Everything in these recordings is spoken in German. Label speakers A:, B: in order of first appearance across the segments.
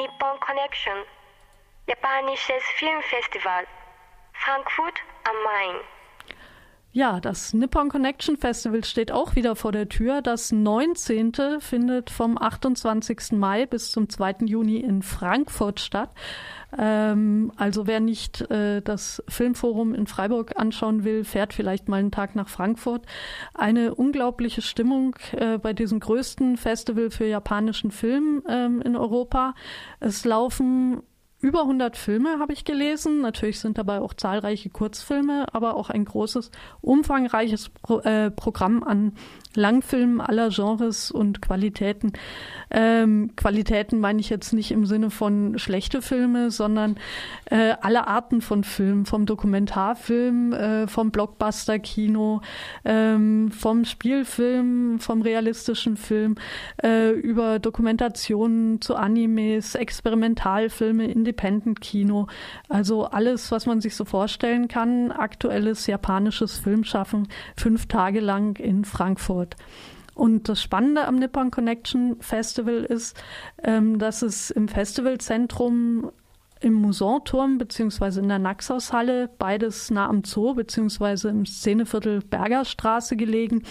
A: Nippon Connection, japanisches Filmfestival, Frankfurt am Main.
B: Ja, das Nippon Connection Festival steht auch wieder vor der Tür. Das 19. findet vom 28. Mai bis zum 2. Juni in Frankfurt statt. Also wer nicht das Filmforum in Freiburg anschauen will, fährt vielleicht mal einen Tag nach Frankfurt. Eine unglaubliche Stimmung bei diesem größten Festival für japanischen Film in Europa. Es laufen über 100 Filme, habe ich gelesen. Natürlich sind dabei auch zahlreiche Kurzfilme, aber auch ein großes, umfangreiches Programm an Langfilmen aller Genres und Qualitäten. Qualitäten meine ich jetzt nicht im Sinne von schlechte Filme, sondern alle Arten von Filmen, vom Dokumentarfilm, vom Blockbuster-Kino, vom Spielfilm, vom realistischen Film, über Dokumentationen zu Animes, Experimentalfilme, Independent-Kino, also alles, was man sich so vorstellen kann, aktuelles japanisches Filmschaffen, 5 Tage lang in Frankfurt. Und das Spannende am Nippon Connection Festival ist, dass es im Festivalzentrum im Musanturm bzw. in der Naxos-Halle, beides nah am Zoo bzw. im Szeneviertel Bergerstraße gelegen,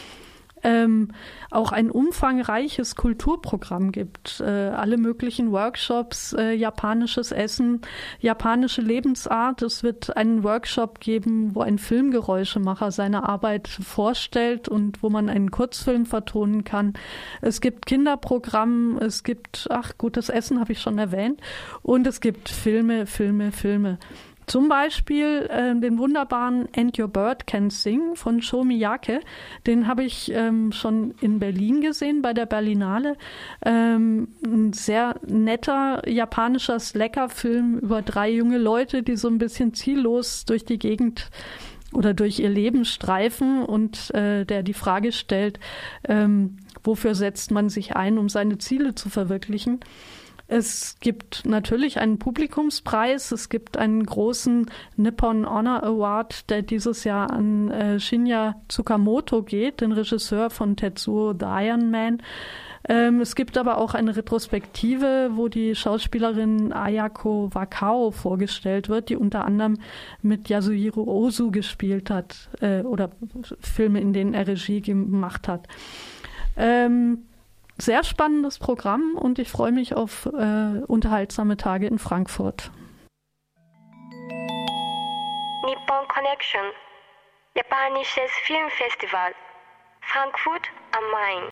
B: auch ein umfangreiches Kulturprogramm gibt. Alle möglichen Workshops, japanisches Essen, japanische Lebensart. Es wird einen Workshop geben, wo ein Filmgeräuschemacher seine Arbeit vorstellt und wo man einen Kurzfilm vertonen kann. Es gibt Kinderprogramm, es gibt, gutes Essen habe ich schon erwähnt, und es gibt Filme. Zum Beispiel den wunderbaren And Your Bird Can Sing von Sho Miyake. Den habe ich schon in Berlin gesehen, bei der Berlinale. Ein sehr netter japanischer Slacker-Film über 3 junge Leute, die so ein bisschen ziellos durch die Gegend oder durch ihr Leben streifen und der die Frage stellt, wofür setzt man sich ein, um seine Ziele zu verwirklichen. Es gibt natürlich einen Publikumspreis. Es gibt einen großen Nippon Honor Award, der dieses Jahr an Shinya Tsukamoto geht, den Regisseur von Tetsuo the Iron Man. Es gibt aber auch eine Retrospektive, wo die Schauspielerin Ayako Wakao vorgestellt wird, die unter anderem mit Yasuhiro Ozu gespielt hat oder Filme, in denen er Regie gemacht hat. Sehr spannendes Programm und ich freue mich auf unterhaltsame Tage in Frankfurt.
A: Nippon Connection, japanisches Filmfestival, Frankfurt am Main.